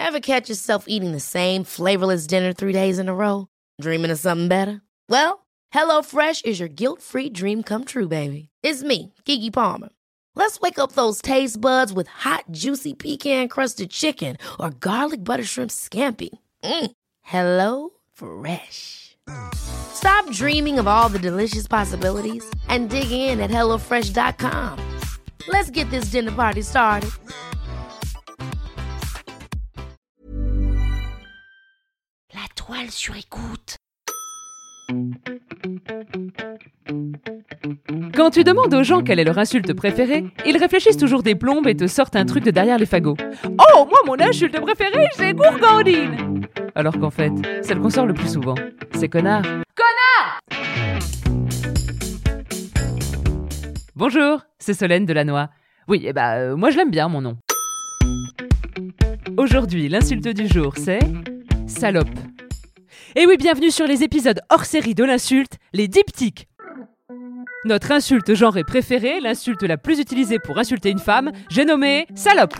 Ever catch yourself eating the same flavorless dinner 3 days in a row? Dreaming of something better? Well, HelloFresh is your guilt-free dream come true, baby. It's me, Keke Palmer. Let's wake up those taste buds with hot, juicy pecan-crusted chicken or garlic butter shrimp scampi. Hello Fresh. Stop dreaming of all the delicious possibilities and dig in at HelloFresh.com. Let's get this dinner party started. La toile sur écoute. Quand tu demandes aux gens quelle est leur insulte préférée, ils réfléchissent toujours des plombes et te sortent un truc de derrière les fagots. Oh, moi mon insulte préférée, c'est gourgandine. Alors qu'en fait, celle qu'on sort le plus souvent, c'est connard. Connard! Bonjour, c'est Solène Delannoy. Oui, moi je l'aime bien mon nom. Aujourd'hui, l'insulte du jour, c'est salope. Et oui, bienvenue sur les épisodes hors série de l'insulte, les diptyques. Notre insulte genrée préférée, l'insulte la plus utilisée pour insulter une femme, j'ai nommé salope.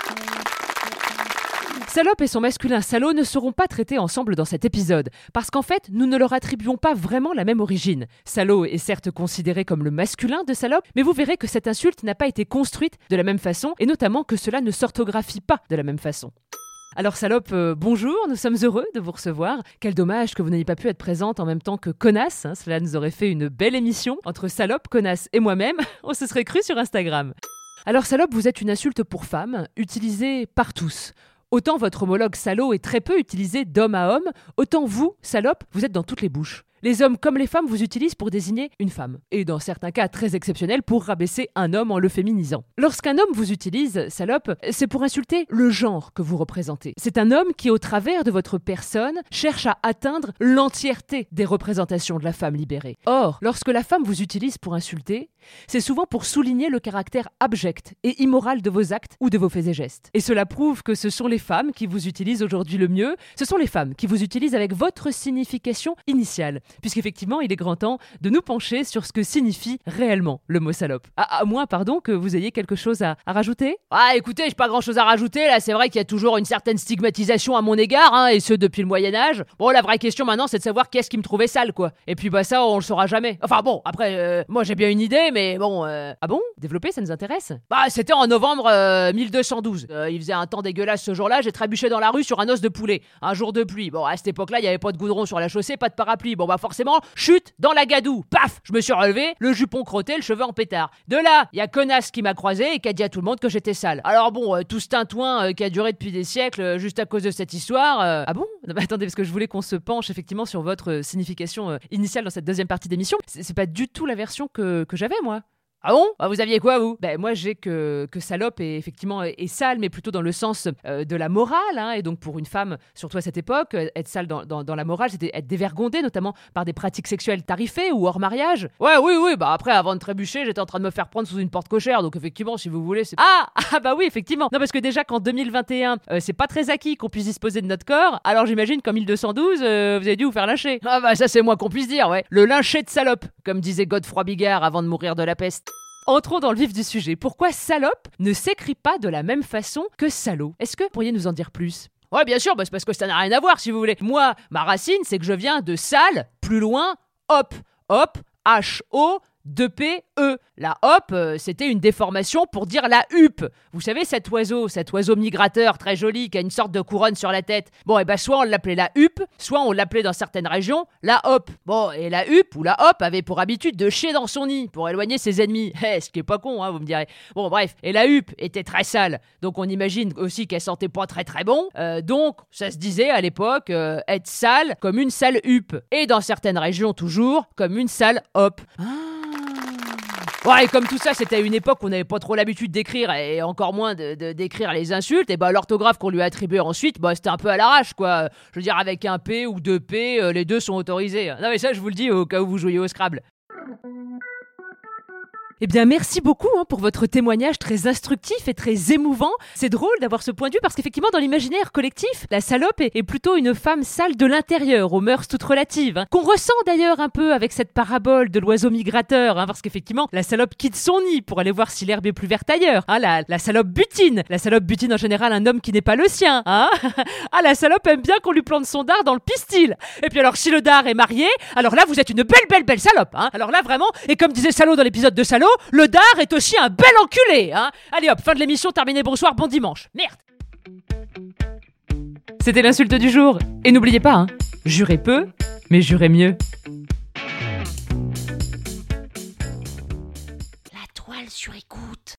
Salope et son masculin salaud ne seront pas traités ensemble dans cet épisode, parce qu'en fait, nous ne leur attribuons pas vraiment la même origine. Salaud est certes considéré comme le masculin de salope, mais vous verrez que cette insulte n'a pas été construite de la même façon, et notamment que cela ne s'orthographie pas de la même façon. Alors salope, bonjour, nous sommes heureux de vous recevoir. Quel dommage que vous n'ayez pas pu être présente en même temps que connasse, cela nous aurait fait une belle émission entre salope, connasse et moi-même, on se serait cru sur Instagram. Alors salope, vous êtes une insulte pour femme, utilisée par tous. Autant votre homologue salaud est très peu utilisé d'homme à homme, autant vous, salope, vous êtes dans toutes les bouches. Les hommes comme les femmes vous utilisent pour désigner une femme, et dans certains cas très exceptionnels pour rabaisser un homme en le féminisant. Lorsqu'un homme vous utilise, salope, c'est pour insulter le genre que vous représentez. C'est un homme qui, au travers de votre personne, cherche à atteindre l'entièreté des représentations de la femme libérée. Or, lorsque la femme vous utilise pour insulter, c'est souvent pour souligner le caractère abject et immoral de vos actes ou de vos faits et gestes. Et cela prouve que ce sont les femmes qui vous utilisent aujourd'hui le mieux, ce sont les femmes qui vous utilisent avec votre signification initiale. Puisqu'effectivement, il est grand temps de nous pencher sur ce que signifie réellement le mot salope. À moins, que vous ayez quelque chose à rajouter ? Ah, écoutez, j'ai pas grand-chose à rajouter, là, c'est vrai qu'il y a toujours une certaine stigmatisation à mon égard, et ce depuis le Moyen-Âge. Bon, la vraie question maintenant, c'est de savoir qui est-ce qui me trouvait sale, quoi. Et puis, ça, on le saura jamais. Enfin bon, après, moi j'ai bien une idée, mais bon... Ah bon ? Développer, ça nous intéresse ? C'était en novembre 1212. Il faisait un temps dégueulasse ce jour-là, j'ai trébuché dans la rue sur un os de poulet. Un jour de pluie. Bon, à cette époque-là, il y avait pas de goudron sur la chaussée, pas de parapluie. Bon, forcément, chute dans la gadoue. Paf, je me suis relevé, le jupon crotté, le cheveu en pétard. De là, il y a connasse qui m'a croisé et qui a dit à tout le monde que j'étais sale. Alors bon, tout ce tintouin qui a duré depuis des siècles, juste à cause de cette histoire... Ah bon ? Non, attendez, parce que je voulais qu'on se penche effectivement sur votre signification initiale dans cette deuxième partie d'émission. C'est pas du tout la version que j'avais, moi. Ah bon ? Vous aviez quoi, vous ? Moi, j'ai que salope est effectivement est sale, mais plutôt dans le sens de la morale, et donc pour une femme, surtout à cette époque, être sale dans la morale, c'était être dévergondée, notamment par des pratiques sexuelles tarifées ou hors mariage. Oui, après, avant de trébucher, j'étais en train de me faire prendre sous une porte cochère, donc effectivement, si vous voulez, c'est... Oui, effectivement. Non, parce que déjà qu'en 2021, c'est pas très acquis qu'on puisse disposer de notre corps, alors j'imagine qu'en 1212, vous avez dû vous faire lyncher. Ça, c'est moins qu'on puisse dire, ouais. Le lyncher de salope, comme disait Godefroy Bigard avant de mourir de la peste. Entrons dans le vif du sujet. Pourquoi salope ne s'écrit pas de la même façon que salaud ? Est-ce que vous pourriez nous en dire plus ? Ouais, bien sûr, c'est parce que ça n'a rien à voir, si vous voulez. Moi, ma racine, c'est que je viens de sale, plus loin, hop. Hop, H-O, 2P-E. La hop, c'était une déformation pour dire la huppe. Vous savez, cet oiseau migrateur très joli qui a une sorte de couronne sur la tête. Soit on l'appelait la huppe, soit on l'appelait dans certaines régions la hop. Et la huppe ou la hop avait pour habitude de chier dans son nid pour éloigner ses ennemis. Ce qui est pas con, vous me direz. Bref, et la huppe était très sale. Donc on imagine aussi qu'elle sentait pas très très bon. Donc ça se disait à l'époque être sale comme une sale huppe. Et dans certaines régions toujours comme une sale hop. Et comme tout ça, c'était à une époque où on n'avait pas trop l'habitude d'écrire et encore moins d'écrire les insultes, et l'orthographe qu'on lui a attribuée ensuite, c'était un peu à l'arrache, quoi. Je veux dire, avec un P ou deux P, les deux sont autorisés. Non mais ça, je vous le dis au cas où vous jouiez au Scrabble. Eh bien, merci beaucoup pour votre témoignage très instructif et très émouvant. C'est drôle d'avoir ce point de vue parce qu'effectivement, dans l'imaginaire collectif, la salope est plutôt une femme sale de l'intérieur, aux mœurs toutes relatives, qu'on ressent d'ailleurs un peu avec cette parabole de l'oiseau migrateur, parce qu'effectivement, la salope quitte son nid pour aller voir si l'herbe est plus verte ailleurs. La salope butine. La salope butine en général un homme qui n'est pas le sien. La salope aime bien qu'on lui plante son dard dans le pistil. Et puis alors, si le dard est marié, alors là, vous êtes une belle salope. Alors là, vraiment, et comme disait Salaud dans l'épisode de Salaud, le dard est aussi un bel enculé. Allez hop, fin de l'émission, terminé, bonsoir, bon dimanche. Merde. C'était l'insulte du jour. Et n'oubliez pas, jurez peu, mais jurez mieux. La toile sur écoute.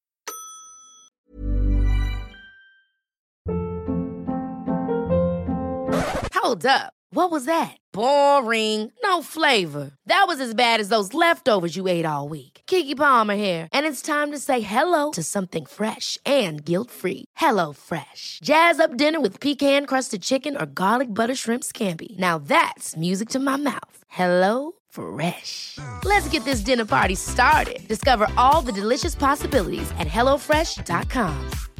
Hold up. What was that? Boring. No flavor. That was as bad as those leftovers you ate all week. Keke Palmer here, and it's time to say hello to something fresh and guilt-free. Hello Fresh. Jazz up dinner with pecan-crusted chicken or garlic butter shrimp scampi. Now that's music to my mouth. Hello Fresh. Let's get this dinner party started. Discover all the delicious possibilities at HelloFresh.com.